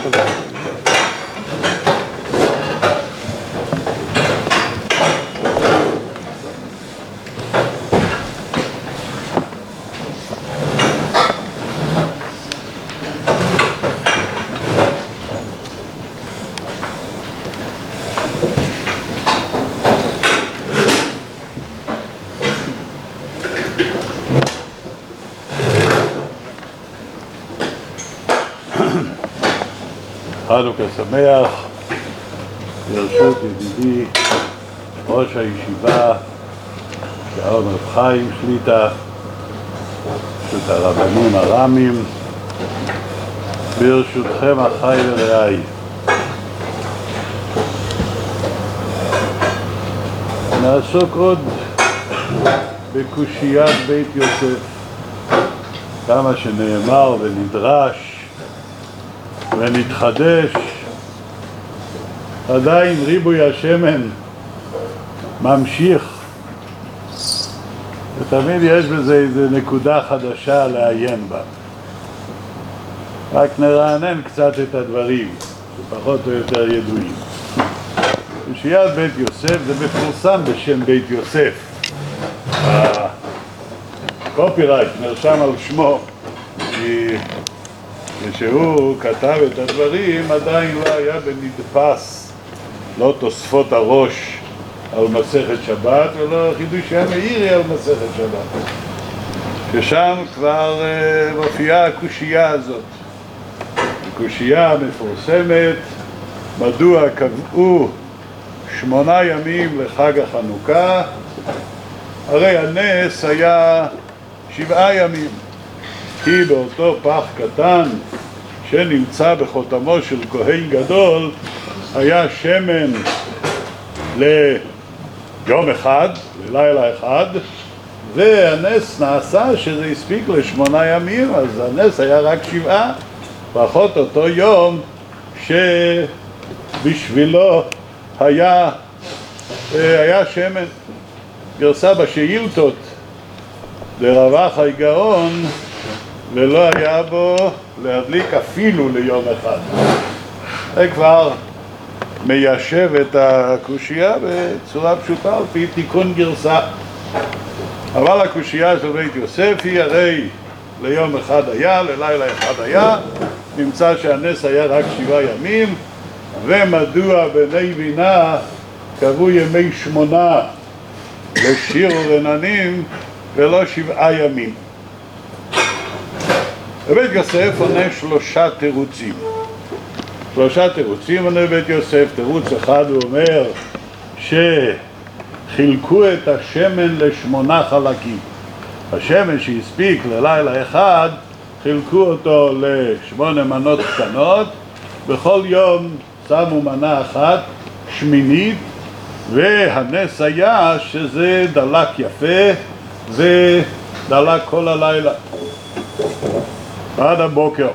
תודה. חנוכה שמח, ברשות ידידי ראש הישיבה גאון רב חיים שליט"א, ברשות הרבנים הרמים, ברשותכם אחי ורעי. נעסוק עוד בקושיית בית יוסף, כמה שנאמר ונדרש ונתחדש, עדיין ריבוי השמן ממשיך, ותמיד יש בזה איזו נקודה חדשה לעיין בה. רק נרענן קצת את הדברים שפחות או יותר ידועים. קושיית בית יוסף זה מפורסם בשם בית יוסף, הקופירייט נרשם על שמו, כי כשהוא כתב את הדברים עדיין לא היה בנדפס, לא תוספות הראש על מסכת שבת ולא חידושי המאירי על מסכת שבת, ששם כבר מופיעה הקושייה הזאת. הקושייה המפורסמת, מדוע קבעו 8 ימים לחג החנוכה, הרי הנס היה 7 ימים, כי באותו פח קטן שנמצא בחותמו של כהן גדול היה שמן ליום אחד, ללילה אחד, והנס נעשה שזה הספיק ל8 ימים, אז הנס היה רק 7, פחות אותו יום שבשבילו היה שמן. גרסה בשאילתות לרב אחי גאון, ולא היה בו להדליק אפילו ליום אחד. זה כבר מיישב את הקושייה בצורה פשוטה על פי תיקון גרסה. אבל הקושייה של בית יוסף היא הרי ליום אחד היה, ללילה אחד היה, נמצא שהנס היה רק 7 ימים, ומדוע בני בינה קבעו ימי 8 לשיר ורננים ולא 7 ימים. בית יוסף עונה 3 תירוצים. 3 תירוצים עונה בית יוסף. תירוץ אחד הוא אומר שחילקו את השמן ל8 חלקים. השמן שהספיק ללילה אחד, חילקו אותו ל8 מנות קטנות, בכל יום שמו מנה אחת, שמינית, והנס היה שזה דלק יפה ודלק כל הלילה עד הבוקר.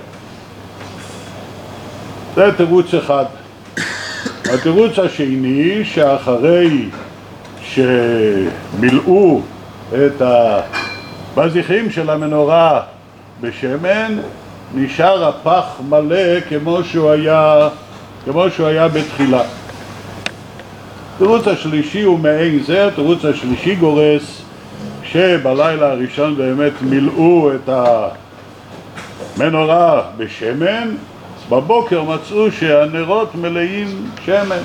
זה תירוץ אחד. התירוץ השני, שאחרי שמילאו את המזיחים של המנורה בשמן, נשאר הפח מלא כמו שהוא היה בתחילה. התירוץ השלישי הוא מעין זה. התירוץ השלישי גורס שבלילה הראשון באמת מילאו את המנורה בשמן, בבוקר מצאו שהנרות מלאים שמן,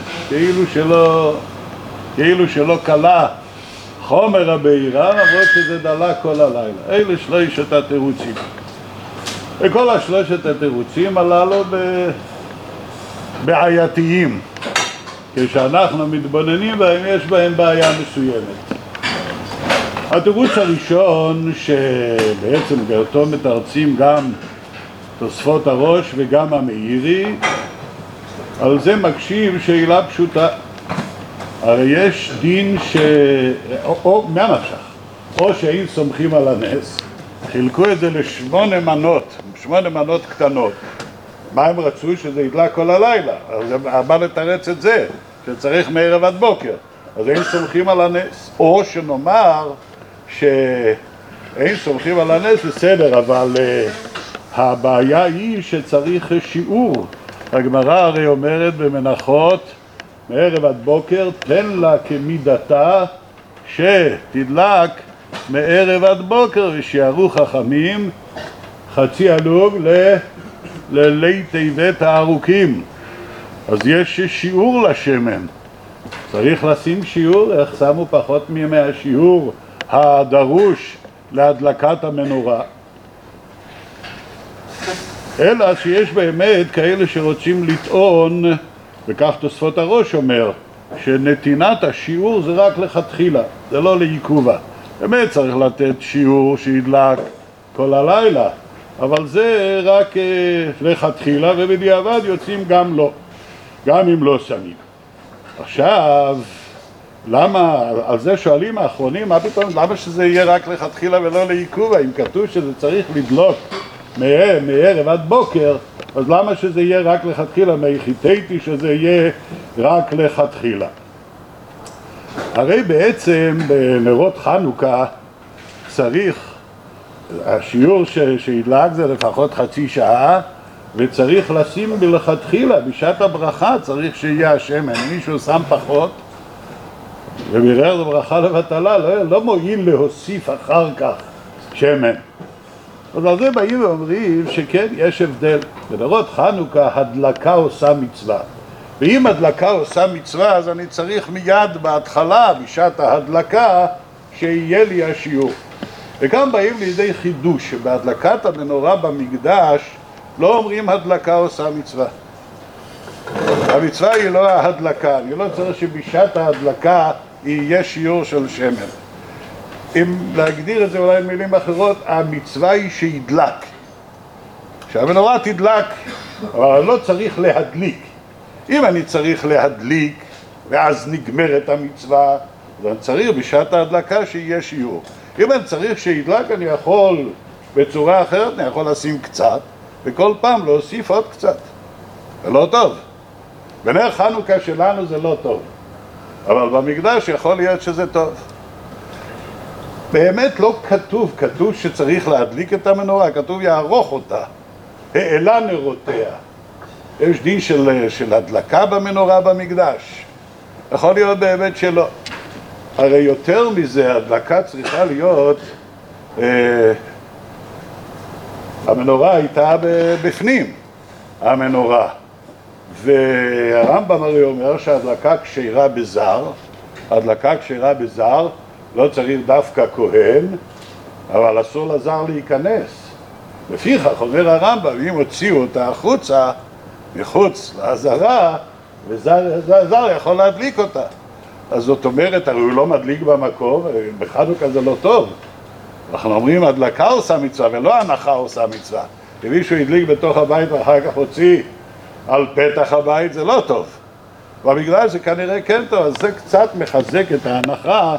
כאילו שלא קלה חומר הבעירה, למרות שזה דלק כל הלילה. אלה 3 התירוצים. וכל 3 התירוצים הללו בעייתיים. כשאנחנו מתבוננים בהם, יש בהם בעיה מסוימת. התירוץ הראשון, שבעצם באותו מתרצים גם תוספות הראש וגם המאירי, על זה מקשיב שאלה פשוטה. הרי יש דין מה נפשך? או שאין סומכים על הנס, חילקו את זה ל8 מנות, 8 מנות קטנות. מה הם רצו? שזה ידלק כל הלילה. אז בא לתרץ את זה, שצריך מערב עד בוקר. אז אין סומכים על הנס. או שנאמר שאין סומכים על הנס, בסדר, אבל הבעיה היא שצריך שיעור הגמרא הרי אומרת במנחות מערב עד בוקר, תן לה כמידתה שתדלק מערב עד בוקר, ושיערו חכמים חצי עלוג ללילי תיבת הארוכים. אז יש שיעור לשמן, צריך לשים שיעור, איך שמו פחות מהשיעור הדרוש להדלקת המנורה. אלא שיש באמת כאלה שרוצים לטעון, וכך תוספות הראש אומר, שנתינת השיעור זה רק לכתחילה, זה לא לעיכובה. באמת צריך לתת שיעור שידלק כל הלילה, אבל זה רק לכתחילה, ובדיעבד יוצאים גם לא, גם אם לא שמים. עכשיו, למה, על זה שואלים האחרונים, מה פתאום, למה שזה יהיה רק לכתחילה ולא לעיכובה? אם כתוב שזה צריך לדלוק מערב עד בוקר, אז למה שזה יהיה רק לכתחילה? מהחיתיתי שזה יהיה רק לכתחילה. הרי בעצם בנרות חנוכה צריך, השיעור שידלק זה לפחות חצי שעה, וצריך לשים מלכתחילה, בשעת הברכה צריך שיהיה השמן. מישהו שם פחות ובירר ברכה לבטלה, לא מועיל להוסיף אחר כך שמן. אז על זה באים ואומרים שכן, יש הבדל. בנרות חנוכה הדלקה עושה מצווה. ואם הדלקה עושה מצווה, אז אני צריך מיד בהתחלה, בשעת ההדלקה, שיהיה לי השיעור. וכאן באים לידי חידוש, שבהדלקת המנורה במקדש לא אומרים הדלקה עושה מצווה. המצווה היא לא ההדלקה, אני לא צריך שבשעת ההדלקה יהיה שיעור של שמן. אם להגדיר את זה אולי במילים אחרות, המצווה היא שידלק. שהמנורה תדלק, אבל לא צריך להדליק. אם אני צריך להדליק ואז נגמרת המצווה, אז אני צריך בשעת ההדלקה שיהיה שיעור. אם אני צריך שידלק, אני יכול בצורה אחרת, אני יכול לשים קצת, וכל פעם להוסיף עוד קצת. זה לא טוב. בנר חנוכה שלנו זה לא טוב. אבל במקדש יכול להיות שזה טוב. באמת לא כתוב, כתוב שצריך להדליק את המנורה, כתוב יערוך אותה, העלה נרותיה. יש דין של הדלקה במנורה במקדש. יכול להיות באמת שלא. הרי יותר מזה, הדלקה צריכה להיות, המנורה הייתה בפנים, המנורה. והרמב"ם הרי אומר שההדלקה כשרה בזר, ההדלקה כשרה בזר, לא צריך דווקא כהן, אבל אסור לזר להיכנס. לפיכך אומר הרמב"ם, אם הוציאו אותה החוצה, מחוץ לעזרה, וזר יכול להדליק אותה. אז זאת אומרת, הרי הוא לא מדליק במקום, בחנוכה זה לא טוב. אנחנו אומרים, הדלקה עושה מצווה, ולא הנחה עושה מצווה. אם מישהו ידליק בתוך הבית ואחר כך הוציא על פתח הבית, זה לא טוב. ובגלל זה כנראה כן טוב, אז זה קצת מחזק את ההנחה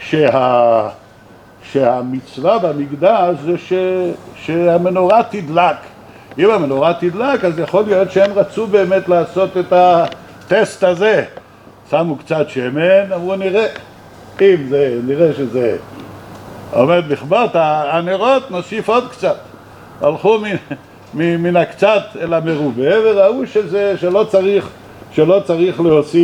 שהמצווה במקדש זה שהמנורה תדלק. אם המנורה תדלק, אז יכול להיות שהם רצו באמת לעשות את הטסט הזה. שמו קצת שמן, אמרו נראה, אם זה, נראה שזה עומד לכבות הנרות, נוסיף עוד קצת. הלכו מן הקצת אל המרובה וראו שלא צריך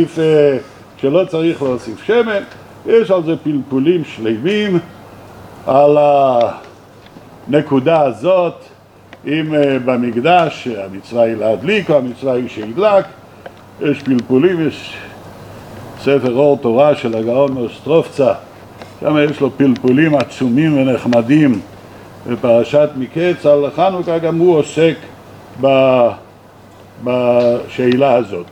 להוסיף שמן. יש על זה פלפולים שלמים על הנקודה הזאת, אם במקדש המצווה היא להדליק או המצווה היא שידלק. יש פלפולים, יש ספר אור תורה של הגאון מאוסטרובצה, שם יש לו פלפולים עצומים ונחמדים בפרשת מקץ על חנוכה, גם הוא עוסק בשאלה הזאת.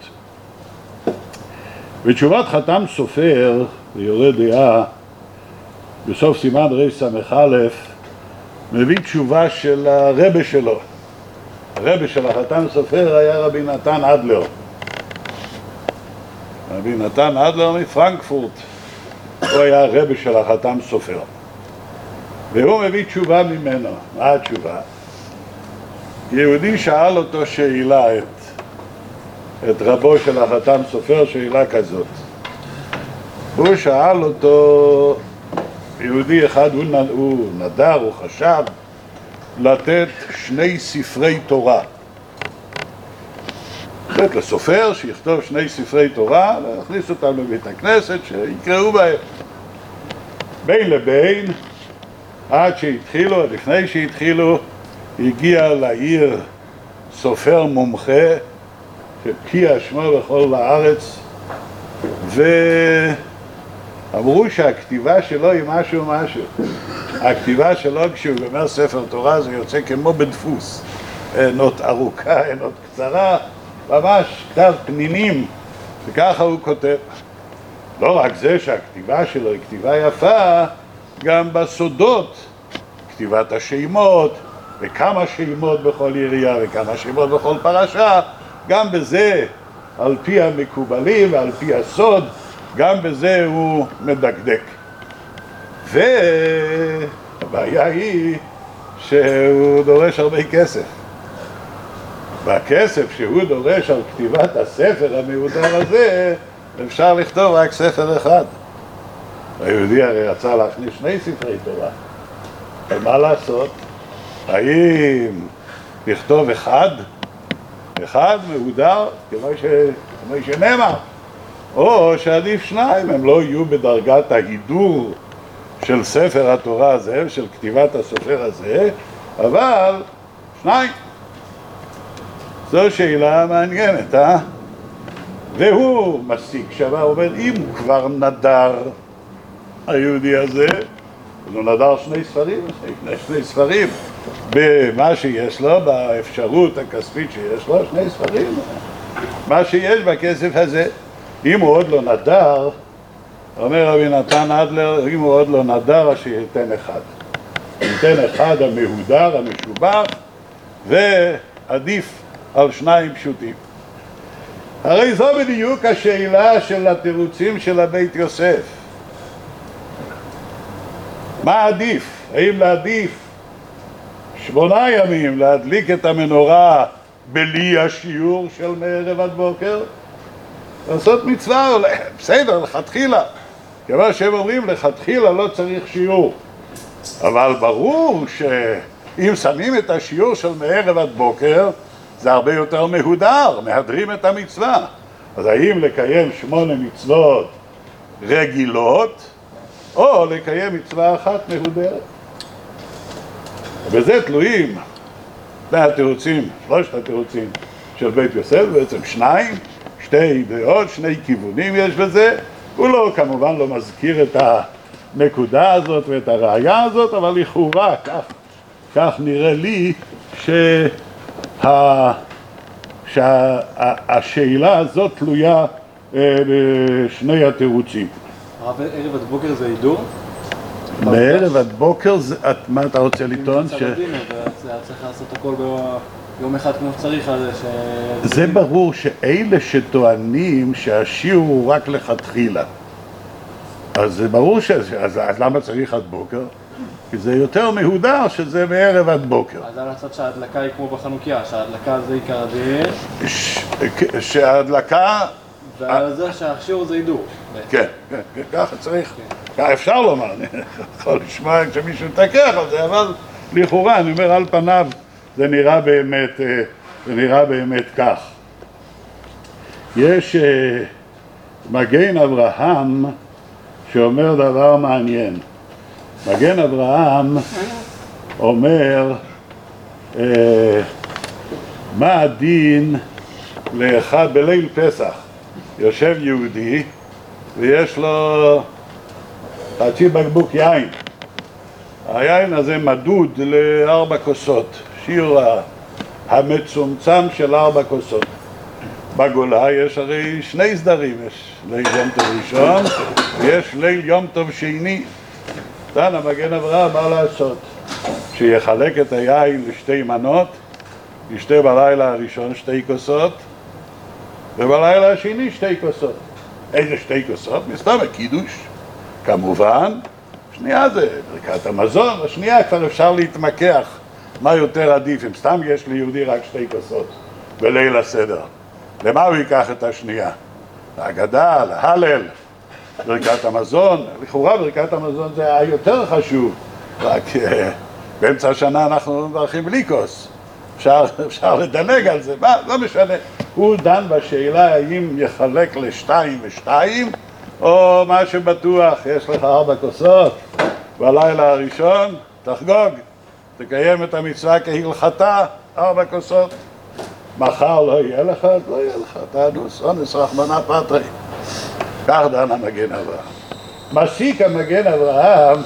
בתשובת חתם סופר ויורה דעה בסוף סימן רס"א מביא תשובה של הרבי שלו. הרבי של החתם סופר היה רבי נתן אדלר. רבי נתן אדלר מפרנקפורט, הוא היה הרבי של החתם סופר. והוא מביא תשובה ממנו. מה התשובה? יהודי שאל אותו שאלה את רבו של החתם סופר, שאלה כזאת. הוא שאל אותו, יהודי אחד, הוא נדר, הוא חשב לתת 2 ספרי תורה. לתת לסופר שיכתוב 2 ספרי תורה, להכניס אותם לבית הכנסת, שיקראו בהם. בין לבין, עד שהתחילו, לפני שהתחילו, הגיע לעיר סופר מומחה, שבקיע שמו בכל הארץ, ואמרו שהכתיבה שלו היא משהו. הכתיבה שלו כשהוא גומר ספר תורה זה יוצא כמו בדפוס, אין עוד ארוכה, אין עוד קצרה, ממש כתב פנינים, וככה הוא כותב. לא רק זה שהכתיבה שלו היא כתיבה יפה, גם בסודות, כתיבת השמות, וכמה שמות בכל יריעה וכמה שמות בכל פרשה, גם בזה, על פי המקובלים ועל פי הסוד, גם בזה הוא מדקדק. והבעיה היא שהוא דורש הרבה כסף. והכסף שהוא דורש על כתיבת הספר המהודר הזה, אפשר לכתוב רק ספר אחד. היהודי הרי רצה להכניס 2 ספרי תורה. אבל מה לעשות? האם לכתוב אחד מהודר, כמו שנאמר, או שעדיף 2, הם לא יהיו בדרגת ההידור של ספר התורה הזה, של כתיבת הסופר הזה, אבל 2. זו שאלה מעניינת, והוא מסיק שמה, אומר, אם כבר נדר היהודי הזה, אז הוא נדר 2 ספרים, 2 ספרים, במה שיש לו, באפשרות הכספית שיש לו, 2 ספרים, מה שיש בכסף הזה. אם הוא עוד לא נדר, אומר רבי נתן אדלר, אם הוא עוד לא נדר, אז שייתן 1. ייתן 1 המהודר, המשובח, ועדיף על 2 פשוטים. הרי זו בדיוק השאלה של התירוצים של הבית יוסף. מה עדיף? האם להעדיף 8 ימים להדליק את המנורה בלי השיעור של מערב עד בוקר? לעשות מצווה, בסדר, לכתחילה. כמו שהם אומרים, לכתחילה לא צריך שיעור. אבל ברור שאם שמים את השיעור של מערב עד בוקר, זה הרבה יותר מהודר, מהדרים את המצווה. אז האם לקיים 8 מצוות רגילות, או לקיים מצווה אחת מהודרת? בזה תלויים 3 התירוצים של בית יוסף, בעצם 2, 2 דעות, 2 כיוונים יש בזה. הוא לא, כמובן לא מזכיר את הנקודה הזאת ואת הראייה הזאת, אבל לכאורה כך נראה לי שהשאלה הזאת תלויה בשני התירוצים. הרב, ערב עד בוקר זה הידור? בערב עד בוקר, מה אתה רוצה לטעון? צריך לעשות הכל ביום אחד כמו שצריך. זה ברור שאלה שטוענים שהשיעור הוא רק לכתחילה. אז זה ברור אז למה צריך עד בוקר? כי זה יותר מהודר שזה מערב עד בוקר. אז על הצד שההדלקה היא כמו בחנוכיה, שההדלקה זה עיקר הדין. שההדלקה... ועל זה שהשיעור זה הידור. כן, ככה צריך. אפשר לומר, אני יכול לשמוע כשמישהו מתקח על זה, אבל לכאורה, אני אומר על פניו, זה נראה באמת כך. יש מגן אברהם שאומר דבר מעניין. מגן אברהם אומר מה הדין לאחד בליל פסח. יושב יהודי ויש לו חצי בקבוק יין. היין הזה מדוד ל4 כוסות, שיעור המצומצם של 4 כוסות. בגולה יש הרי 2 סדרים, יש ליל יום טוב ראשון ויש ליל יום טוב שני. דן המגן אברהם מה לעשות? שיחלק את היין ל2 מנות, ישתה בלילה הראשון 2 כוסות ובלילה השני 2 כוסות. איזה 2 כוסות? מסתם הקידוש כמובן. שנייה זה ברכת המזון, השנייה כבר אפשר להתמקח מה יותר עדיף, אם סתם יש ליהודי רק 2 כוסות בליל הסדר, למה הוא ייקח את השנייה? להגדה, להלל, ברכת המזון. לכאורה ברכת המזון זה היותר חשוב, רק באמצע השנה אנחנו מברכים בלי כוס, אפשר לדלג על זה, לא משנה. הוא דן בשאלה האם יחלק לשתיים ושתיים, או מה שבטוח, יש לך 4 כוסות, בלילה הראשון תחגוג, תקיים את המצווה כהלכתה, 4 כוסות. מחר לא יהיה לך, לא יהיה לך, תענוס, אונס רחמנא פטרי. כך דן המגן אברהם. מסיק המגן אברהם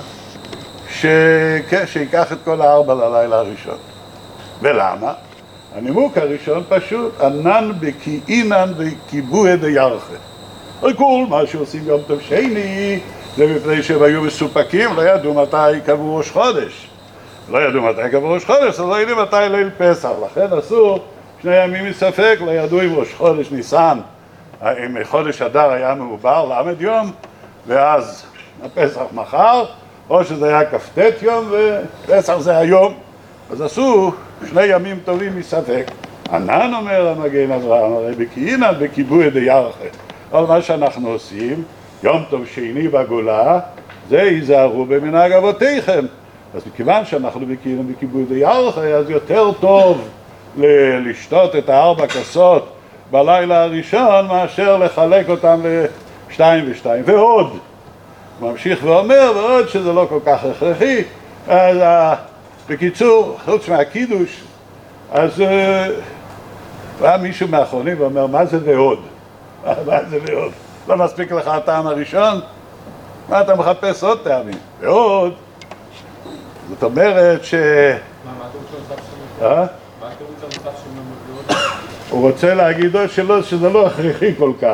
שיקח את כל 4 ללילה הראשון. ולמה? הנימוק הראשון פשוט, ענן בקיעינן וקיבוע דירחה. כל מה שעושים יום טוב שני, זה מפני שהם היו מסופקים, לא ידעו מתי קבעו ראש חודש. לא ידעו מתי קבעו ראש חודש, אז לא ידעו מתי ליל פסח. לכן עשו 2 ימים מספק, לא ידעו אם ראש חודש ניסן, אם חודש אדר היה מעובר למד יום, ואז הפסח מחר, או שזה היה כ"ט יום ופסח זה היום. אז עשו 2 ימים טובים מספק. ענן אומר המגן אברהם, הרי בקיעינן בקיבוע דירחה. כל מה שאנחנו עושים, יום טוב שני בגולה, זה היזהרו במנהג אבותיכם. אז מכיוון שאנחנו בקיעינן בקיבוע דירחה, אז יותר טוב לשתות את 4 כוסות בלילה הראשון, מאשר לחלק אותם ל2 ו2. ועוד, ממשיך ואומר, ועוד שזה לא כל כך הכרחי, אז בקיצור, חוץ מהקידוש, אז בא מישהו מהאחרונים ואומר, מה זה ועוד? מה זה ועוד? לא מספיק לך הטעם הראשון? מה אתה מחפש עוד טעמים? ועוד. זאת אומרת ש... מה התירוץ הנוסף שלו? מה התירוץ הנוסף שלו ועוד? הוא רוצה להגיד שלא, שזה לא הכרחי כל כך.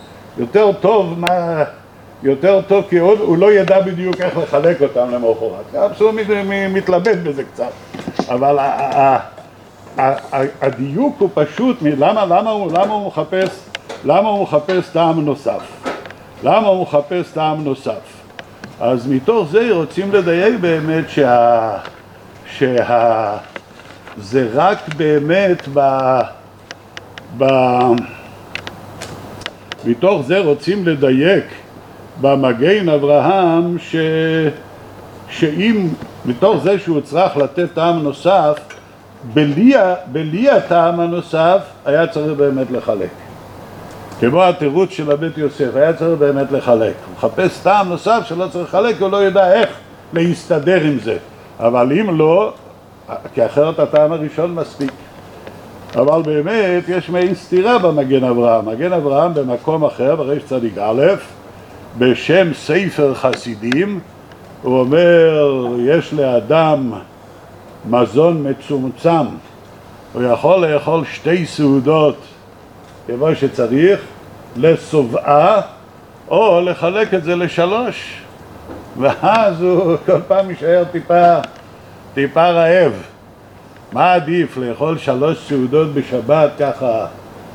יותר טוב כי הוא לא ידע בדיוק איך לחלק אותם למחרת. הוא מתלבט בזה קצת. אבל הדיוק הוא פשוט, למה הוא מחפש טעם נוסף? למה הוא מחפש טעם נוסף? אז מתוך זה רוצים לדייק באמת זה רק באמת מתוך זה רוצים לדייק במגן אברהם שאם מתוך זה שהוא צריך לתת טעם נוסף, בלי הטעם הנוסף היה צריך באמת לחלק. כמו התירוץ של הבית יוסף, היה צריך באמת לחלק. הוא מחפש טעם נוסף שלא צריך לחלק, הוא לא יודע איך להסתדר עם זה. אבל אם לא, כי אחרת הטעם הראשון מספיק. אבל באמת יש מעין סתירה במגן אברהם. מגן אברהם במקום אחר, בריש צדיק א', בשם ספר חסידים, הוא אומר, יש לאדם מזון מצומצם, הוא יכול לאכול 2 סעודות כמו שצריך, לסובעה, או לחלק את זה ל3, ואז הוא כל פעם יישאר טיפה רעב. מה עדיף, לאכול 3 סעודות בשבת ככה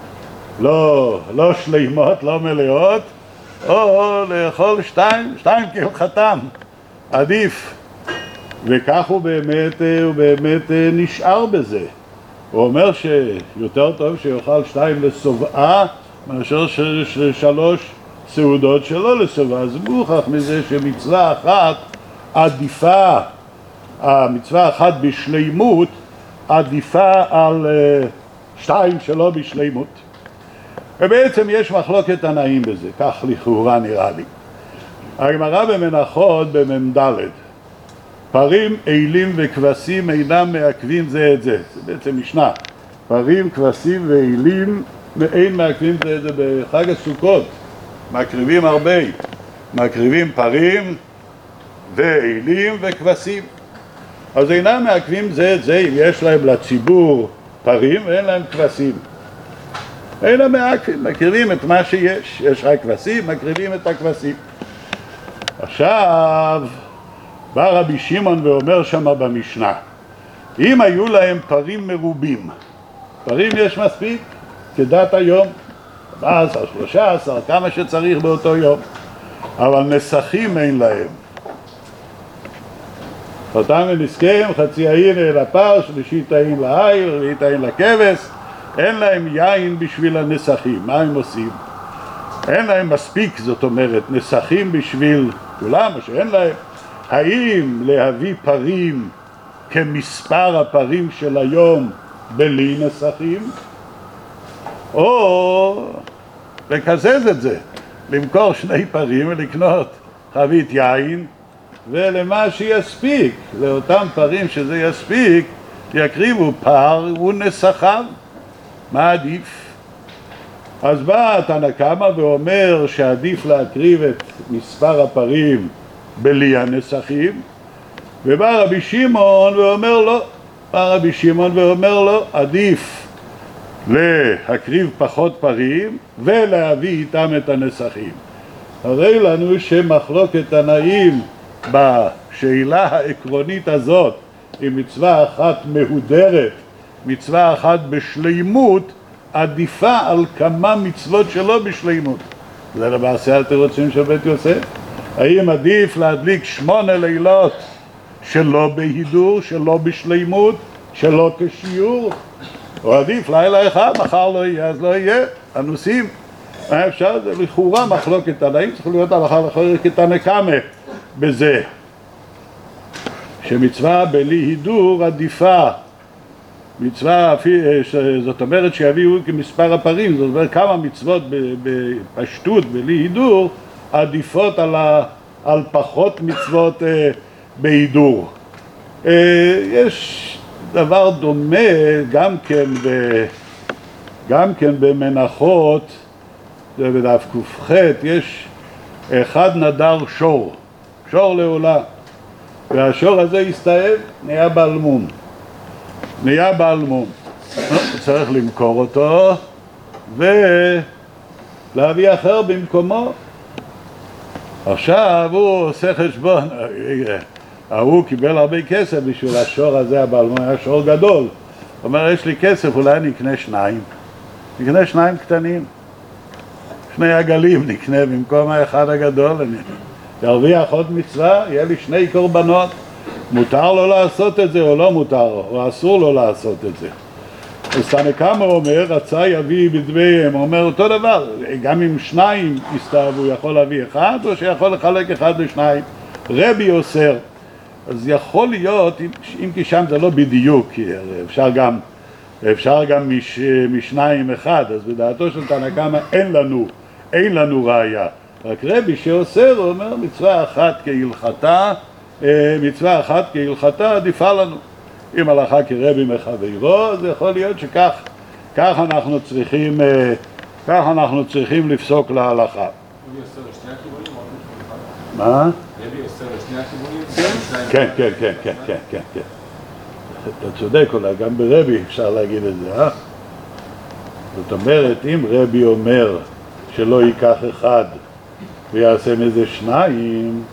לא שלימות, לא מלאות, או לאכול 2 כהלכתם, עדיף. וכך הוא באמת נשאר בזה. הוא אומר שיותר טוב שיאכל 2 לסובעה מאשר 3 סעודות שלא לסובעה. אז מוכח מזה שמצווה אחת עדיפה, המצווה אחת בשלימות עדיפה על 2 שלא בשלימות. ובעצם יש מחלוקת תנאים בזה, כך לכאורה נראה לי. הגמרא במנחות במ"ד, פרים, אילים וכבשים אינם מעכבים זה את זה. זה בעצם משנה. פרים, כבשים ואילים אין מעכבים זה את זה בחג הסוכות. מקריבים הרבה. מקריבים פרים ואילים וכבשים. אז אינם מעכבים זה את זה אם יש להם לציבור פרים ואין להם כבשים. אינם מעכבים, מקריבים את מה שיש. יש רק כבשים, מקריבים את הכבשים. עכשיו בא רבי שמעון ואומר שמה במשנה, אם היו להם פרים מרובים, פרים יש מספיק כדת היום, 14, 13, כמה שצריך באותו יום, אבל נסכים אין להם. חתם ונסכים, חצי העין אל הפר, שלישית העין לעיל, רביעית העין לכבש, אין להם יין בשביל הנסכים. מה הם עושים? אין להם מספיק, זאת אומרת, נסכים בשביל כולם, או שאין להם. האם להביא פרים כמספר הפרים של היום בלי נסכים, או לקזז את זה, למכור 2 פרים ולקנות חבית יין, ולמה שיספיק, לאותם פרים שזה יספיק, יקריבו פר ונסחיו. מה עדיף? אז בא תנא קמא ואומר שעדיף להקריב את מספר הפרים בלי הנסחים, ובא רבי שמעון ואומר לו, עדיף להקריב פחות פרים ולהביא איתם את הנסחים. הרי לנו שמחלוקת תנאים בשאלה העקרונית הזאת, עם מצווה אחת מהודרת, מצווה אחת בשלימות, עדיפה על כמה מצוות שלא בשלימות. זה למעשה התירוצים של בית יוסף. האם עדיף להדליק 8 לילות שלא בהידור, שלא בשלימות, שלא כשיעור, או עדיף לילה אחד, מחר לא יהיה, אז לא יהיה. אנוסים, מה אפשר? זה לכאורה מחלוקת תנאים, צריך להיות הלכה לחלק תנא קמא בזה, שמצווה בלי הידור עדיפה. מצווה, זאת אומרת שיביאו כמספר הפרים, זאת אומרת כמה מצוות בפשטות בלי הידור עדיפות על פחות מצוות בהידור. יש דבר דומה גם כן במנחות, זה בדף ק"ח, יש אחד נדר שור לעולה, והשור הזה הסתאב, נהיה בעל מום. צריך למכור אותו ולהביא אחר במקומו. עכשיו הוא עושה חשבון, הוא קיבל הרבה כסף בשביל השור הזה, הבעל מום היה שור גדול. הוא אומר, יש לי כסף, אולי נקנה 2. נקנה 2 קטנים, 2 עגלים נקנה במקום האחד הגדול. אני ירוויח עוד מצווה, יהיה לי 2 קורבנות. מותר לו לעשות את זה או לא מותר לו, או אסור לו לעשות את זה. אז תנא קמא אומר, רצה יביא בדביהם, אומר אותו דבר, גם אם 2 הסתאבו, הוא יכול להביא 1, או שיכול לחלק 1 ל2. רבי אוסר. אז יכול להיות, אם כי שם זה לא בדיוק, כי אפשר גם משניים אחד, אז בדעתו של תנא קמא אין לנו ראיה. רק רבי שאוסר, הוא אומר, מצווה אחת כהלכתה עדיפה לנו. אם הלכה כרבי מחברו, אז יכול להיות שכך אנחנו צריכים לפסוק להלכה. רבי אוסר לשני הכיוונים או רק לכיוון אחד? מה? רבי אוסר לשני הכיוונים? כן. אתה צודק, אולי גם ברבי אפשר להגיד את זה, זאת אומרת, אם רבי אומר שלא ייקח 1 ויעשה מזה 2,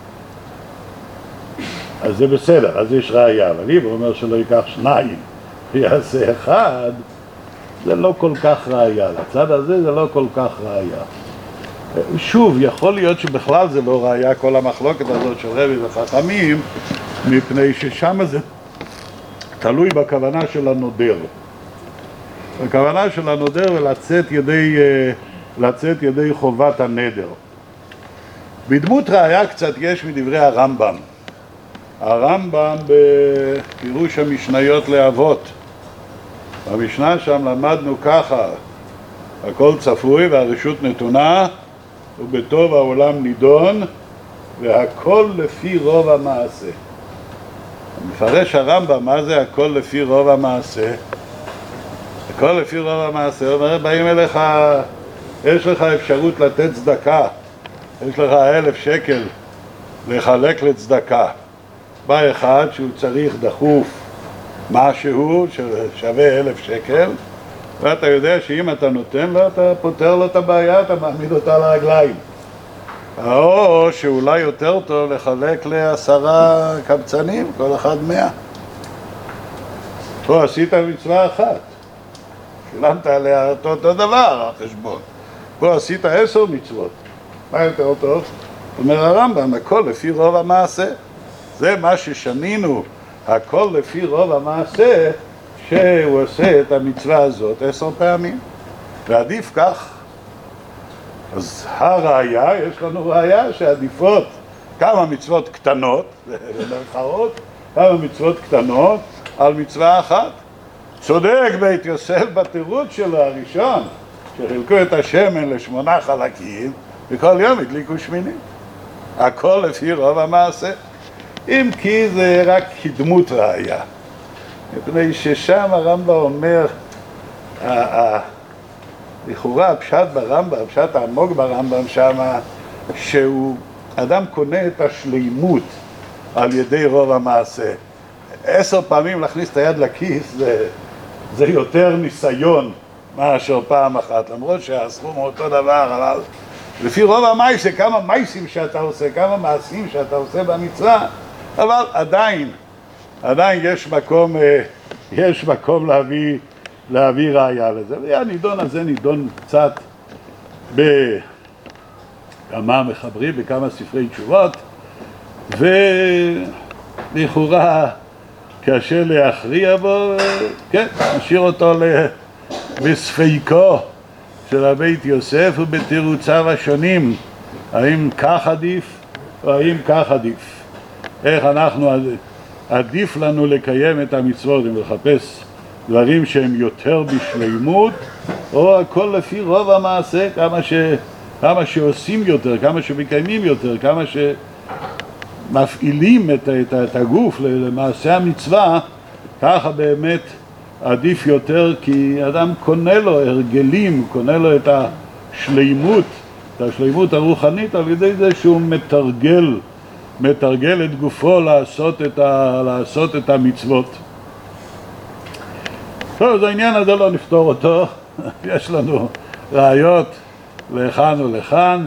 אז זה בסדר, אז יש ראיה. אבל אם הוא אומר שלא ייקח 2 ויעשה 1, זה לא כל כך ראיה. לצד הזה זה לא כל כך ראיה. שוב, יכול להיות שבכלל זה לא ראיה, כל המחלוקת הזאת של רבי וחכמים, מפני ששם זה תלוי בכוונה של הנודר. הכוונה של הנודר ולצאת ידי חובת הנדר. בדמות ראיה קצת יש מדברי הרמב"ם. הרמב"ם בפירוש המשניות לאבות. במשנה שם למדנו ככה, הכל צפוי והרשות נתונה, ובטוב העולם נידון, והכל לפי רוב המעשה. מפרש הרמב"ם, מה זה הכל לפי רוב המעשה? הכל לפי רוב המעשה, הוא אומר, באים אליך, יש לך אפשרות לתת צדקה, יש לך 1,000 שקל לחלק לצדקה. בא אחד שהוא צריך דחוף משהו ששווה 1,000 שקל, ואתה יודע שאם אתה נותן לו, אתה פותר לו את הבעיה, אתה מעמיד אותה על הרגליים. או שאולי יותר טוב לחלק ל10 קבצנים, כל אחד 100. פה עשית מצווה אחת, שילמת עליה אותו דבר, החשבון. פה עשית 10 מצוות. מה יותר טוב? אומר הרמב"ם, הכל לפי רוב המעשה. זה מה ששנינו, הכל לפי רוב המעשה, שהוא עושה את המצווה הזאת 10 פעמים. ועדיף כך. אז הראיה, יש לנו ראיה שעדיפות כמה מצוות קטנות, במרכאות, כמה מצוות קטנות על מצווה אחת. צודק בית יוסף בתירוץ שלו הראשון, שחילקו את השמן ל8 חלקים, וכל יום הדליקו שמינים. הכל לפי רוב המעשה. אם כי זה רק כדמות ראיה. מפני ששם הרמב"ם אומר, לכאורה הפשט ברמב"ם, הפשט העמוק ברמב"ם שמה, שהוא, אדם קונה את השלימות על ידי רוב המעשה. 10 פעמים להכניס את היד לכיס זה יותר ניסיון מאשר פעם אחת, למרות שהסכום הוא אותו דבר, אבל לפי רוב המעשה, כמה מעשים שאתה עושה, כמה מעשים שאתה עושה במצווה, אבל עדיין יש מקום להביא ראיה לזה. והנידון הזה נידון קצת בכמה מחברים, בכמה ספרי תשובות, ולכאורה קשה להכריע בו, כן, נשאיר אותו בספיקו של הבית יוסף ובתירוציו השונים, האם כך עדיף או האם כך עדיף. איך אנחנו, עדיף לנו לקיים את המצוות ולחפש דברים שהם יותר בשלימות, או הכל לפי רוב המעשה, כמה שעושים יותר, כמה שמקיימים יותר, כמה שמפעילים את הגוף למעשה המצווה, ככה באמת עדיף יותר, כי אדם קונה לו הרגלים, קונה לו את השלימות הרוחנית על ידי זה שהוא מתרגל את גופו לעשות את המצוות. טוב, אז העניין הזה לא נפתור אותו, יש לנו ראיות לכאן ולכאן,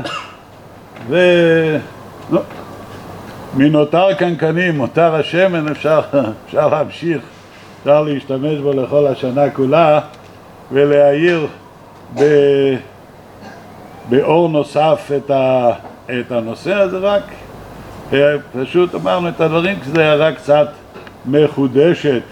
מנותר קנקנים, מותר השמן, אפשר להמשיך, אפשר להשתמש בו לכל השנה כולה, ולהאיר באור נוסף את הנושא הזה. רק פשוט אמרנו את הדברים, כי זה הערה קצת מחודשת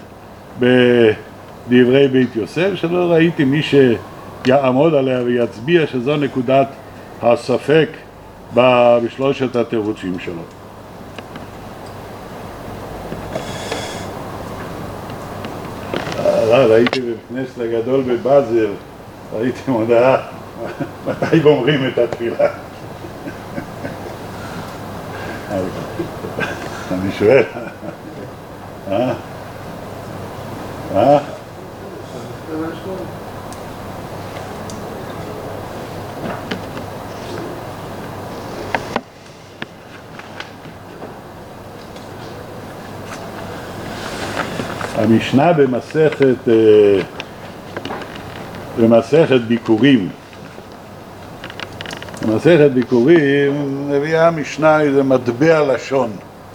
בדברי בית יוסף, שלא ראיתי מי שיעמוד עליה ויצביע שזו נקודת הספק בשלושת התירוצים שלו. ראיתי בכנסת הגדול בבאזל, ראיתי מודעה מתי גומרים את התפילה. אני שואל, המשנה במסכת ביקורים, במסכת ביקורים מביאה המשנה איזה מטבע לשון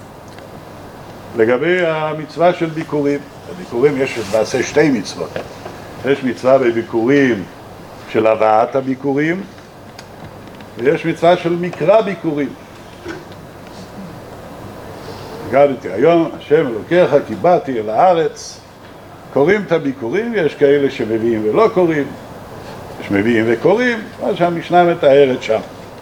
לגבי המצווה של ביקורים. בביקורים יש למעשה 2 מצוות. יש מצווה בביקורים של הבאת הביקורים, ויש מצווה של מקרא ביקורים. הגדתי היום, השם אלוקיך כי באתי אל הארץ. קוראים את הביקורים, יש כאלה שמביאים ולא קוראים, יש מביאים וקוראים, מה שהמשנה מתארת שם.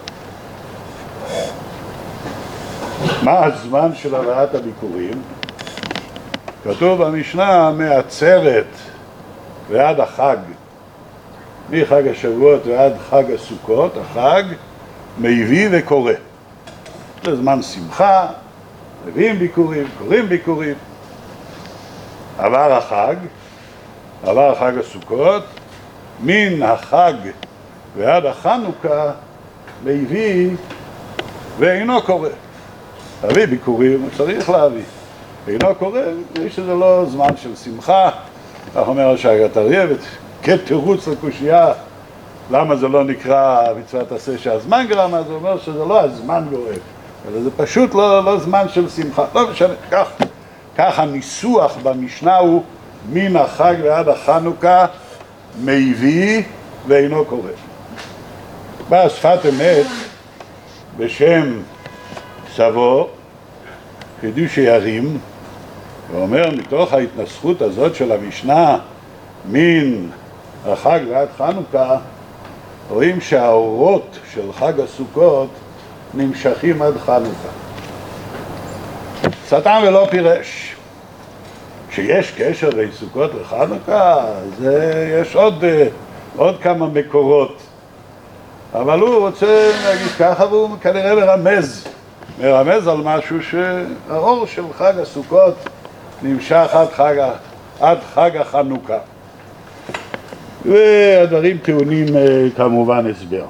מה הזמן של הבאת הביקורים? כתוב במשנה מעצרת ועד החג, מחג השבועות ועד חג הסוכות, החג מביא וקורא. זה זמן שמחה, מביאים ביקורים, קוראים ביקורים. עבר חג הסוכות, מן החג ועד החנוכה מביא ואינו קורא. להביא ביקורים, הוא צריך להביא. אינו קורא, יש שזה לא זמן של שמחה. כך אומר השגת אריה, כתירוץ לקושייה, למה זה לא נקרא מצוות עשה שהזמן גרם, אז הוא אומר שזה לא הזמן גורם, אלא זה פשוט לא זמן של שמחה. לא משנה, כך הניסוח במשנה הוא מן החג ועד החנוכה מביא ואינו קורא. בא שפת אמת בשם סבו, חידוש ירים, ואומר מתוך ההתנסחות הזאת של המשנה מן החג ועד חנוכה, רואים שהאורות של חג הסוכות נמשכים עד חנוכה. סתם ולא פירש שיש קשר בין סוכות לחנוכה, יש עוד כמה מקורות, אבל הוא רוצה להגיד ככה, והוא כנראה מרמז על משהו שהאור של חג הסוכות נמשך עד חג החנוכה. והדברים טעונים כמובן הסבר.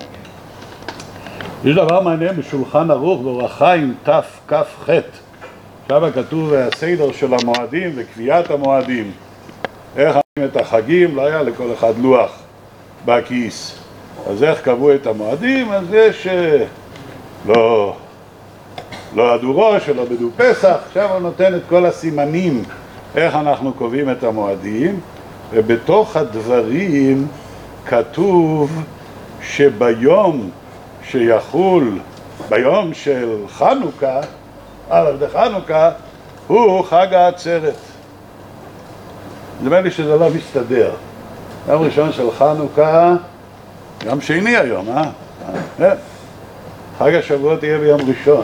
יש דבר מעניין בשולחן ערוך באורח חיים תכ"ח, שם כתוב הסדר של המועדים וקביעת המועדים, איך קובעים את החגים. לא היה לכל אחד לוח בכיס, אז איך קבעו את המועדים? אז יש לא עדו ראש ולא בדו פסח. עכשיו הוא נותן את כל הסימנים איך אנחנו קובעים את המועדים, ובתוך הדברים כתוב שביום שיחול, ביום של חנוכה, ערב דחנוכה, הוא חג העצרת. נדמה לי שזה לא מסתדר. יום ראשון של חנוכה, יום שני היום, חג השבועות יהיה ביום ראשון.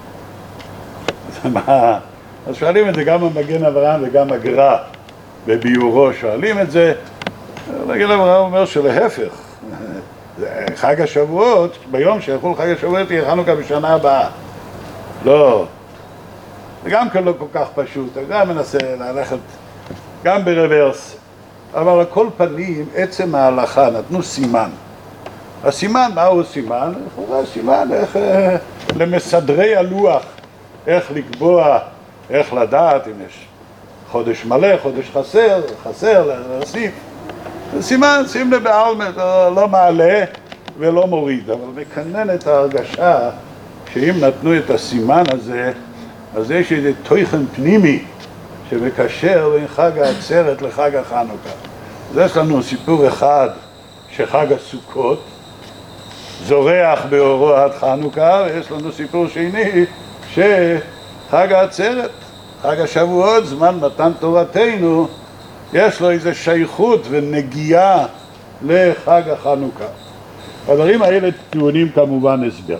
אז שואלים את זה גם המגן אברהם וגם הגר"א בביאורו שואלים את זה. המגן אברהם אומר שלהפך, חג השבועות, ביום שיחול חג השבועות יהיה חנוכה בשנה הבאה. לא, זה גם כן לא כל כך פשוט, אתה גם מנסה ללכת גם ברוורס, אבל על כל פנים עצם ההלכה נתנו סימן. הסימן, מהו סימן? סימן איך למסדרי הלוח, איך לקבוע, איך לדעת אם יש חודש מלא, חודש חסר, להוסיף. סימן, שים לב בעלמא, לא מעלה ולא מוריד, אבל מקנן את ההרגשה שאם נתנו את הסימן הזה, אז יש איזה תוכן פנימי שמקשר בין חג העצרת לחג החנוכה. אז יש לנו סיפור אחד שחג הסוכות זורח באורו עד חנוכה, ויש לנו סיפור שני שחג העצרת, חג השבועות, זמן מתן תורתנו, יש לו איזו שייכות ונגיעה לחג החנוכה. הדברים האלה טעונים כמובן הסבר.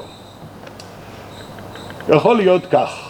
יכול להיות כך.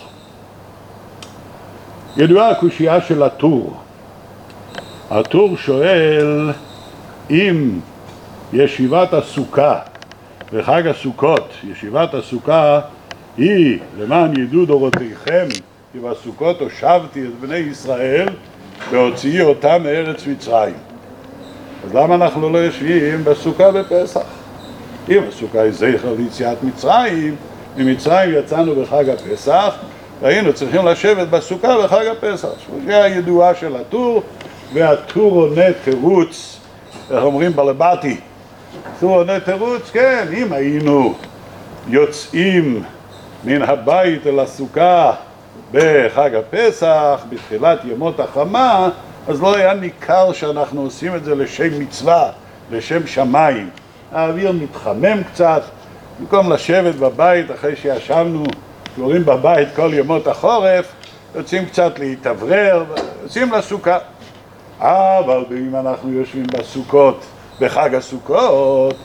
ידועה הקושייה של הטור. הטור שואל אם ישיבת הסוכה וחג הסוכות, ישיבת הסוכה היא למען ידעו דורותיכם כי בסוכות הושבתי את בני ישראל והוציאי אותם מארץ מצרים. אז למה אנחנו לא יושבים בסוכה בפסח? אם הסוכה היא זכר ליציאת מצרים, ממצרים יצאנו בחג הפסח, והיינו צריכים לשבת בסוכה בחג הפסח. זה הידועה של הטור, והטור עונה תירוץ, איך אומרים בלבטי, טור עונה תירוץ, כן, אם היינו יוצאים מן הבית אל הסוכה בחג הפסח, בתחילת ימות החמה, אז לא היה ניכר שאנחנו עושים את זה לשם מצווה, לשם שמיים. האוויר מתחמם קצת, במקום לשבת בבית אחרי שישבנו, קוראים בבית כל ימות החורף, יוצאים קצת להתאוורר, יוצאים לסוכה. אבל אם אנחנו יושבים בסוכות, בחג הסוכות,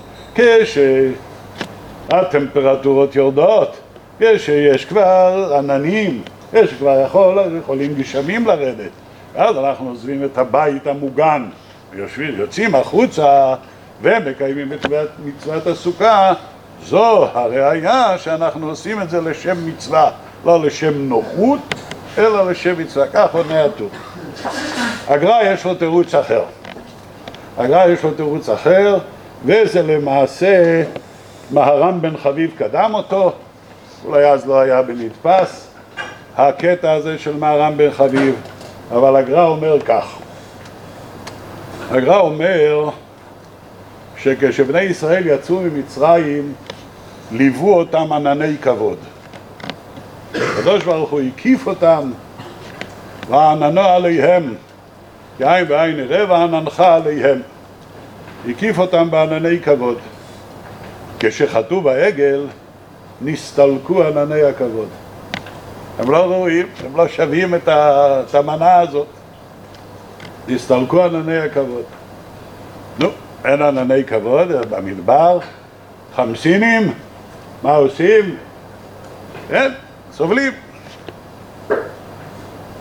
כשהטמפרטורות יורדות, כשיש כבר עננים, יש כבר יכולים גשמים לרדת, אז אנחנו עוזבים את הבית המוגן, יוצאים החוצה ומקיימים את מצוות הסוכה. זו הראיה שאנחנו עושים את זה לשם מצווה, לא לשם נוחות, אלא לשם מצווה. כך עונה הטור. הגר"א יש לו תירוץ אחר. וזה למעשה מהר"ם בן חביב קדם אותו, אולי אז לא היה בנתפס הקטע הזה של מהר"ם בן חביב, אבל הגר"א אומר כך. הגר"א אומר שכשבני ישראל יצאו ממצרים ליוו אותם ענני כבוד. הקדוש ברוך הוא הקיף אותם ועננו עליהם, יין בעין נראה ועננך עליהם. הקיף אותם בענני כבוד. כשחטאו בעגל נסתלקו ענני הכבוד. הם לא ראויים, הם לא שווים את המנה הזאת. נסתלקו ענני הכבוד. נו, אין ענני כבוד, במדבר, חמסינים, מה עושים? כן, סובלים.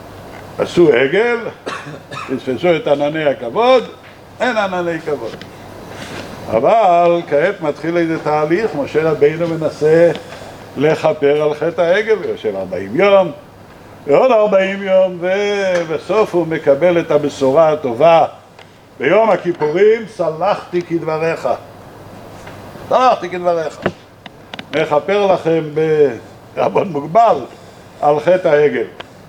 עשו עגל, תתפסו את ענני הכבוד, אין ענני כבוד. אבל כעת מתחיל איזה תהליך, משה רבינו מנסה לכפר על חטא העגל, יושב 40 יום, ועוד 40 יום, ובסוף הוא מקבל את הבשורה הטובה. ביום הכיפורים, סלחתי כדבריך. סלחתי כדבריך. מכפר לכם בעוון מוגבל על חטא העגל.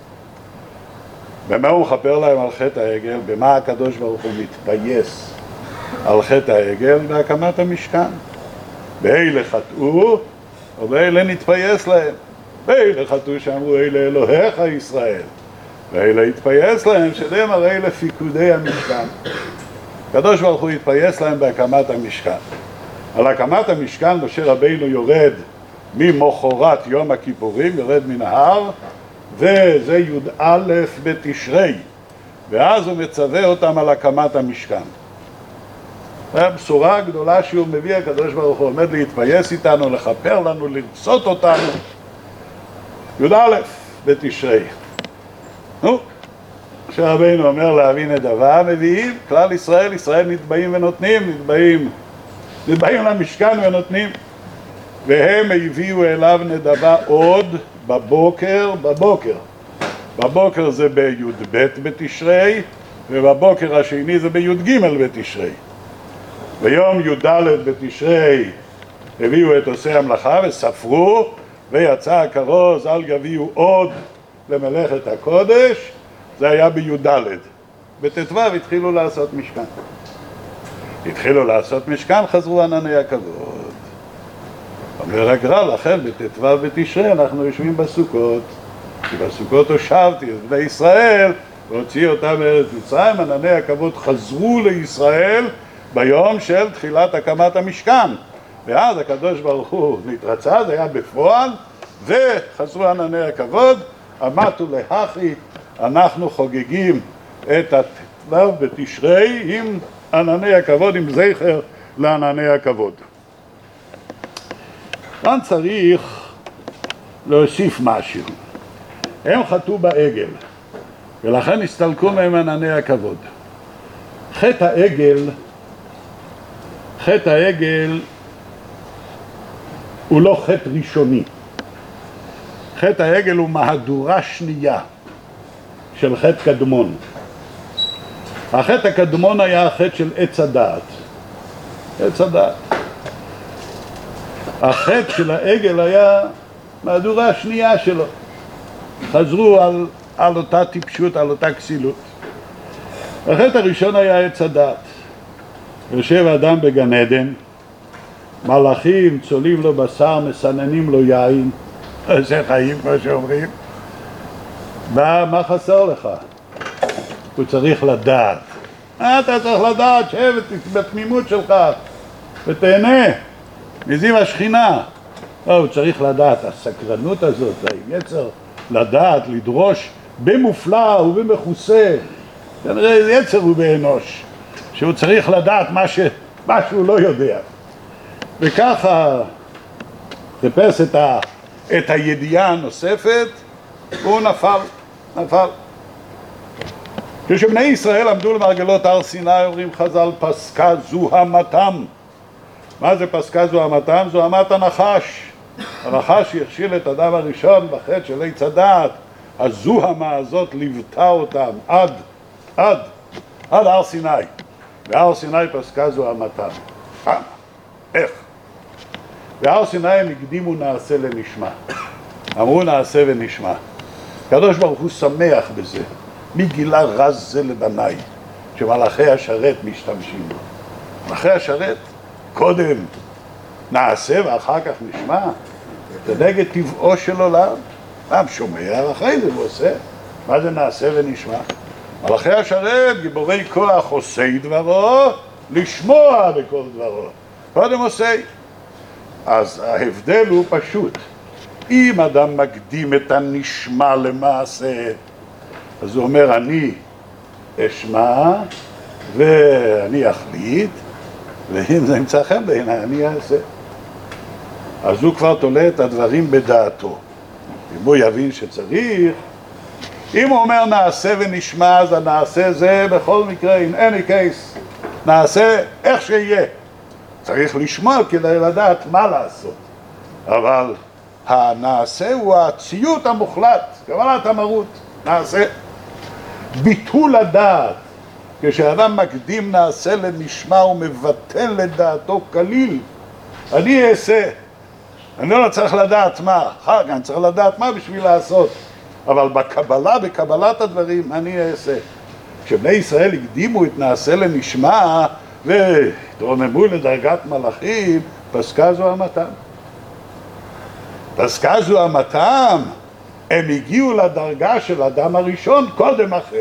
במה הוא מכפר להם על חטא העגל? במה הקדוש ברוך הוא מתפייס על חטא העגל? בהקמת המשכן. באלה חטאו, ובאלה נתפייס להם. באלה חטאו שאמרו אלה אלוהיך ישראל, ואלה התפייס להם שהם הרי לפיקודי המשכן. הקדוש ברוך הוא התפייס להם בהקמת המשכן. על הקמת המשכן משה רבינו יורד ממחרת יום הכיפורים, יורד מן ההר, וזה י"א בתשרי, ואז הוא מצווה אותם על הקמת המשכן. הבשורה הגדולה שהוא מביא, הקדוש ברוך הוא עומד להתפייס איתנו, לכפר לנו, לרצות אותנו. י"א בתשרי. נו, כשרבינו אומר להביא נדבה, מביאים, כלל ישראל, ישראל נתבעים ונותנים, נתבעים למשכן ונותנים. והם הביאו אליו נדבה עוד בבוקר. בבוקר זה בי"ב בתשרי, ובבוקר השני זה בי"ג בתשרי. ביום י"ד בתשרי הביאו את עושי המלאכה וספרו, ויצא הכרוז אל יביאו עוד למלאכת הקודש. זה היה בי"ד. בט"ו התחילו לעשות משכן. חזרו ענני הכבוד. אומר הגר"א, לכן בט"ו בתשרי אנחנו יושבים בסוכות, כי בסוכות הושבתי את בני ישראל והוציא אותם מארץ מצרים. ענני הכבוד חזרו לישראל ביום של תחילת הקמת המשכן, ואז הקדוש ברוך הוא נתרצה, זה היה בפועל, וחזרו ענני הכבוד. אמתו להכי, אנחנו חוגגים את הט"ו בתשרי עם ענני הכבוד, עם זכר לענני הכבוד. כאן צריך להוסיף משהו. הם חטאו בעגל, ולכן הסתלקו מהם ענני הכבוד. חטא העגל הוא לא חטא ראשוני. חטא העגל הוא מהדורה שנייה של חטא קדמון. החטא הקדמון היה החטא של עץ הדעת. החטא של העגל היה מהדורה השנייה שלו. חזרו על אותה טיפשות, על אותה כסילות. החטא הראשון היה עץ הדעת. יושב אדם בגן עדן, מלאכים צולים לו בשר, מסננים לו יין, עושה חיים כמו שאומרים. מה חסר לך? הוא צריך לדעת. אתה צריך לדעת, שב בתמימות שלך ותהנה מזיו השכינה. הוא צריך לדעת, הסקרנות הזאת, היצר לדעת, לדרוש במופלא ובמכוסה. כנראה יצר הוא באנוש, שהוא צריך לדעת מה שהוא לא יודע. וככה חיפש את הידיעה הנוספת, והוא נפל. כשבני ישראל עמדו למרגלות הר סיני, אומרים חז"ל, פסקה זוהמתם. מה זה פסקה זוהמתם? זוהמת הנחש. הנחש שהכשיל את אדם הראשון בחטא של עץ הדעת. הזוהמה הזאת ליוותה אותם עד הר סיני. בהר סיני פסקה זוהמתם. איך? בהר סיני הם הקדימו נעשה לנשמע. אמרו נעשה ונשמע. הקדוש ברוך הוא שמח בזה. מי גילה רז זה לבניי, שמלאכי השרת משתמשים בו. מלאכי השרת קודם נעשה ואחר כך נשמע. זה נגד טבעו של עולם. פעם שומע ואחרי זה הוא עושה. מה זה נעשה ונשמע? מלאכי השרת, גיבורי כוח, עושי דברו, לשמוע בכל דברו. קודם עושי. אז ההבדל הוא פשוט. אם אדם מקדים את הנשמע למעשה, אז הוא אומר, אני אשמע ואני אחליט, ואם זה ימצא חן בעיניי, אני אעשה. אז הוא כבר תולה את הדברים בדעתו. אם הוא יבין שצריך, אם הוא אומר נעשה ונשמע, אז הנעשה זה בכל מקרה, in any case, נעשה איך שיהיה. צריך לשמוע כדי לדעת מה לעשות. אבל הנעשה הוא הציות המוחלט, קבלת המרות, נעשה. ביטול הדעת, כשאדם מקדים נעשה לנשמע ומבטל לדעתו כליל, אני אעשה. אני לא צריך לדעת מה, אחר כך אני צריך לדעת מה בשביל לעשות. אבל בקבלת הדברים אני אעשה. כשבני ישראל הקדימו את נעשה לנשמע והתרוממו לדרגת מלאכים, פסקה זו המתם. פסקה זו המתם, הם הגיעו לדרגה של אדם הראשון קודם החטא.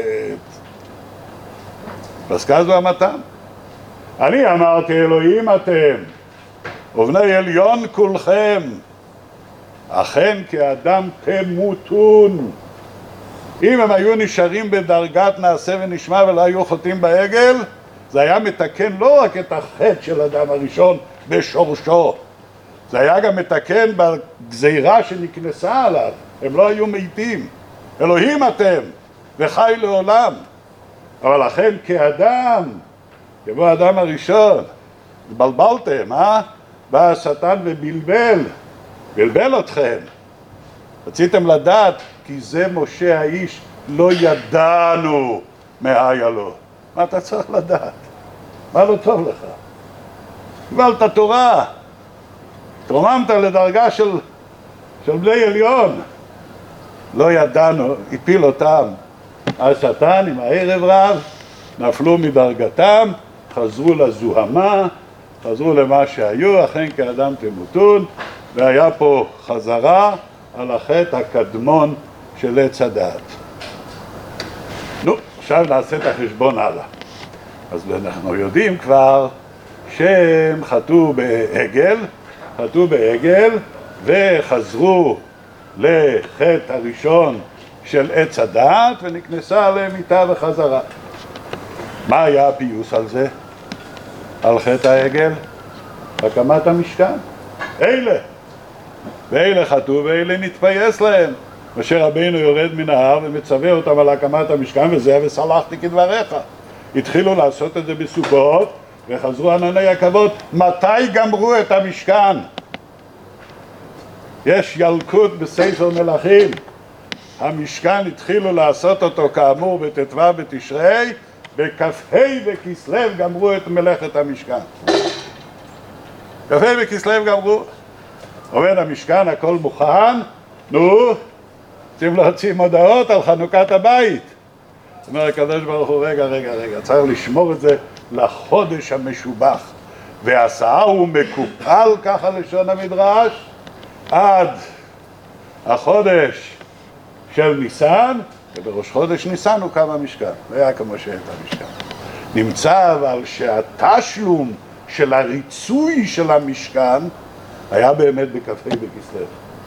פסקה זו המתם. אני אמרתי אלוהים אתם, ובני עליון כולכם, אכן כאדם תמותון. אם הם היו נשארים בדרגת נעשה ונשמע ולא היו חוטאים בעגל, זה היה מתקן לא רק את החטא של אדם הראשון בשורשו, זה היה גם מתקן בגזירה שנכנסה עליו. הם לא היו מתים. אלוהים אתם וחי לעולם. אבל לכן כאדם, כמו האדם הראשון, התבלבלתם, בא השטן ובלבל אתכם. רציתם לדעת, כי זה משה האיש, לא ידענו מה היה לו. מה אתה צריך לדעת? מה לא טוב לך? קיבלת תורה, תרוממת לדרגה של בני עליון. לא ידענו, הפיל אותם. השטן עם הערב רב, נפלו מדרגתם, חזרו לזוהמה, חזרו למה שהיו, אכן כאדם תמותון, והיה פה חזרה על החטא הקדמון של עץ הדעת. נו, עכשיו נעשה את החשבון הלאה. אז אנחנו יודעים כבר שהם חטאו בעגל וחזרו לחטא הראשון של עץ הדעת ונכנסה עליהם איתה וחזרה. מה היה הפיוס על זה? על חטא העגל? הקמת המשכן. ואלה חטאו ואלה נתפייס להם. משה רבינו יורד מן ההר ומצווה אותם על הקמת המשכן, וזה וסלחתי כדבריך. התחילו לעשות את זה בסוכות וחזרו ענני הכבוד. מתי גמרו את המשכן? יש ילקוט בספר מלכים. המשכן התחילו לעשות אותו כאמור בט"ו בתשרי, בכ"ה בכסלו גמרו את מלאכת המשכן. כ"ה בכסלו גמרו. עומד המשכן, הכל מוכן, רוצים להוציא מודעות על חנוכת הבית. אומר הקדוש ברוך הוא, רגע, צריך לשמור את זה לחודש המשובח. והסעה הוא מקופל, ככה לשון המדרש, עד החודש של ניסן, ובראש חודש ניסן הוקם המשכן. זה היה כמו שאת המשכן. נמצא אבל שהתשלום של הריצוי של המשכן היה באמת בכ"ה בכסלו.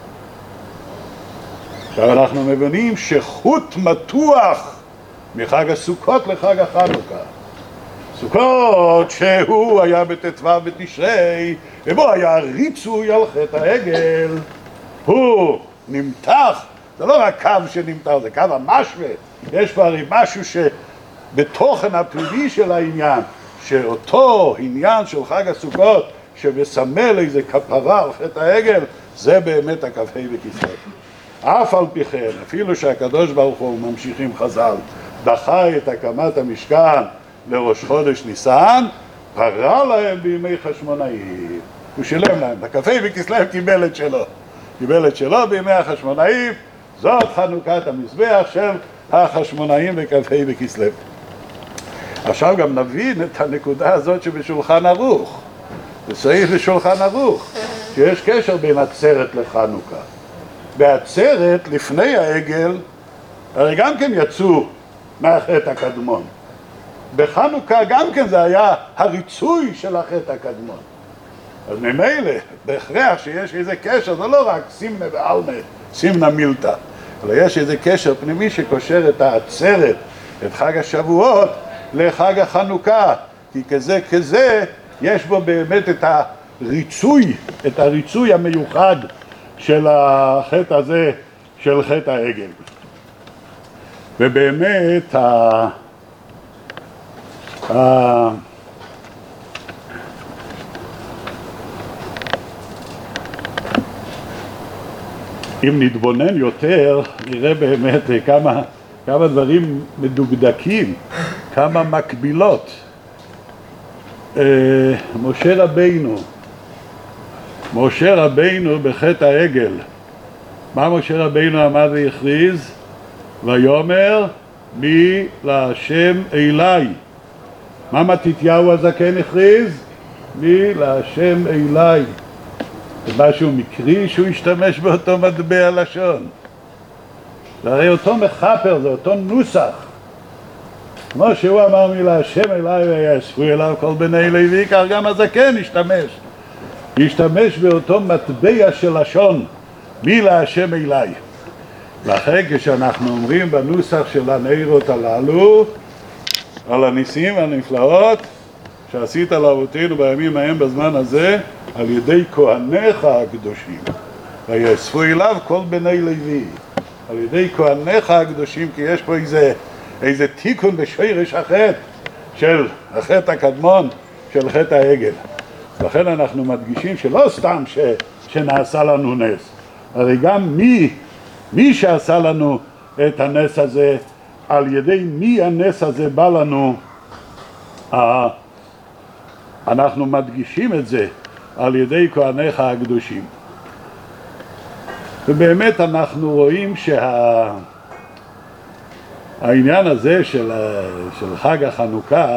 עכשיו אנחנו מבינים שחוט מתוח מחג הסוכות לחג החנוכה. סוכות שהוא היה בט"ו בתשרי, ובו היה ריצוי על חטא העגל. הוא נמתח, זה לא רק קו שנמתח, זה קו המשווה. יש פה הרי משהו שבתוכן הפנימי של העניין, שאותו עניין של חג הסוכות שמסמל איזה כפרה על חטא העגל, זה באמת הכ"ה בכסלו. אף על פי כן, אפילו שהקדוש ברוך הוא ממשיכים חז"ל, דחה את הקמת המשכן לראש חודש ניסן, פרה להם בימי חשמונאים. הוא שילם להם, הכ"ה בכסלו קיבל את שלו בימי החשמונאים. זאת חנוכת המזבח של החשמונאים בכ"ה בכסלו. עכשיו גם נבין את הנקודה הזאת שבשולחן ערוך. בסעיף בשולחן ערוך, שיש קשר בין עצרת לחנוכה. בעצרת לפני העגל, הרי גם כן יצאו מהחטא הקדמון. בחנוכה גם כן זה היה הריצוי של החטא הקדמון. אז ממילא, בהכרח שיש איזה קשר, זה לא רק סימנה ועלמה, סימנה מילתא, אלא יש איזה קשר פנימי שקושר את העצרת, את חג השבועות, לחג החנוכה. כי כזה, יש בו באמת את הריצוי המיוחד של החטא הזה, של חטא העגל. ובאמת אם נתבונן יותר, נראה באמת כמה דברים מדוקדקים, כמה מקבילות. משה רבינו בחטא העגל, מה משה רבינו עמד והכריז? ויאמר מי להשם אליי. מה מתתיהו הזקן הכריז? מי להשם אליי. זה משהו מקרי שהוא השתמש באותו מטבע לשון. זה הרי אותו מחפר, זה אותו נוסח. כמו שהוא אמר מי להשם אליי ויאספו אליו כל בני לוי, כך גם הזקן השתמש באותו מטבע של לשון, מי להשם אליי. לכן כשאנחנו אומרים בנוסח של הנרות הללו, על הניסים והנפלאות שעשית לאבותינו בימים ההם בזמן הזה, על ידי כהניך הקדושים, ויאספו אליו כל בני לוי. על ידי כהניך הקדושים, כי יש פה איזה תיקון בשורש החטא, של החטא הקדמון, של חטא העגל. לכן אנחנו מדגישים שלא סתם שנעשה לנו נס, הרי גם מי שעשה לנו את הנס הזה, על ידי מי הנס הזה בא לנו, אנחנו מדגישים את זה על ידי כהניך הקדושים. ובאמת אנחנו רואים שהעניין הזה של חג החנוכה,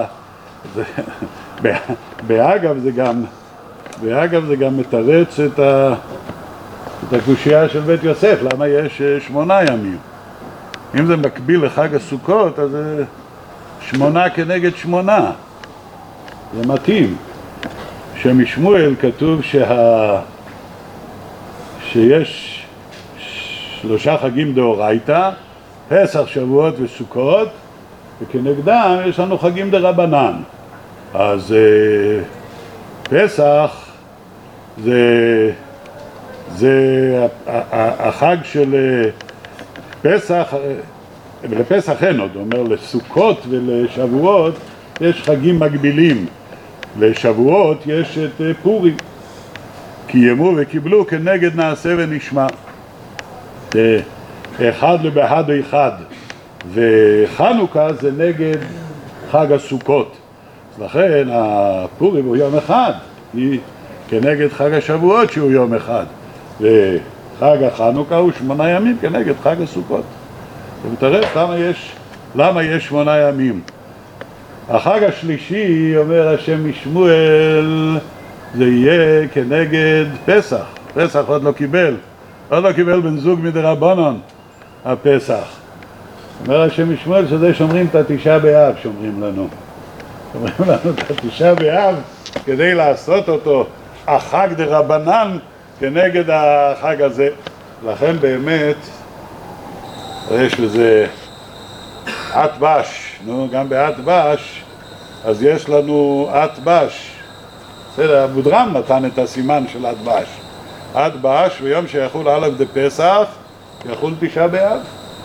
באגב זה גם מתרץ את הקושייה של בית יוסף, למה יש 8 ימים. אם זה מקביל לחג הסוכות, אז זה 8 כנגד 8. זה מתאים. שמשמואל כתוב שיש 3 חגים דאורייתא, פסח, שבועות וסוכות, וכנגדם יש לנו חגים דרבנן. אז פסח זה החג של פסח, לפסח אין עוד, אומר לסוכות ולשבועות יש חגים מקבילים. לשבועות יש את פורים, קיימו וקיבלו כנגד נעשה ונשמע. אחד לבהד אחד, וחנוכה זה נגד חג הסוכות. לכן הפורים הוא יום אחד, היא כנגד חג השבועות שהוא יום אחד, וחג החנוכה הוא 8 ימים כנגד חג הסוכות. זה מתרץ למה יש 8 ימים. החג השלישי, אומר השם משמואל, זה יהיה כנגד פסח. פסח עוד לא קיבל בן זוג מדרבנן הפסח. אומר השם משמואל שזה שומרים את 9 באב, שומרים לנו את 9 באב כדי לעשות אותו החג דרבנן כנגד החג הזה. לכן באמת יש לזה עת בש, גם בעת בש, אז יש לנו עת בש. בסדר, אבודרם נתן את הסימן של עת בש. עת בש, ויום שיחול א' דפסח, יחול 9 באב.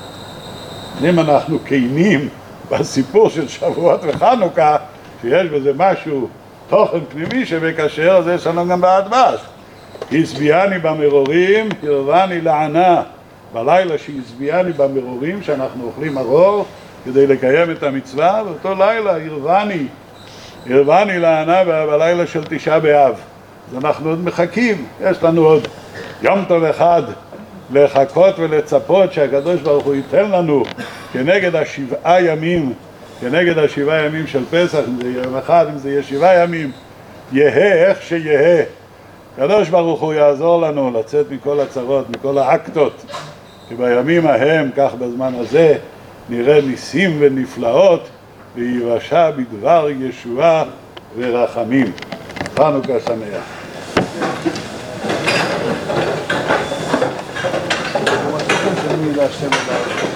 אם אנחנו כנים בסיפור של שבועות וחנוכה, שיש בזה משהו, תוכן פנימי שבקשר, אז יש לנו גם בעת בש. הסביאני במרורים, הרבני לענה. בלילה שהסביאני במרורים, שאנחנו אוכלים מרור, כדי לקיים את המצווה, באותו לילה הרבני לענה בלילה של 9 באב. אז אנחנו עוד מחכים, יש לנו עוד יום טוב אחד לחכות ולצפות שהקדוש ברוך הוא ייתן לנו כנגד 7 ימים, כנגד 7 ימים של פסח, אם זה יום אחד, אם זה יהיה 7 ימים, יהא איך שיהא. הקדוש ברוך הוא יעזור לנו לצאת מכל הצרות, מכל האקטות, כי בימים ההם, כך בזמן הזה, נראה ניסים ונפלאות, ויבשע בדבר ישועה ורחמים. חנוכה שמח. להשם אליי.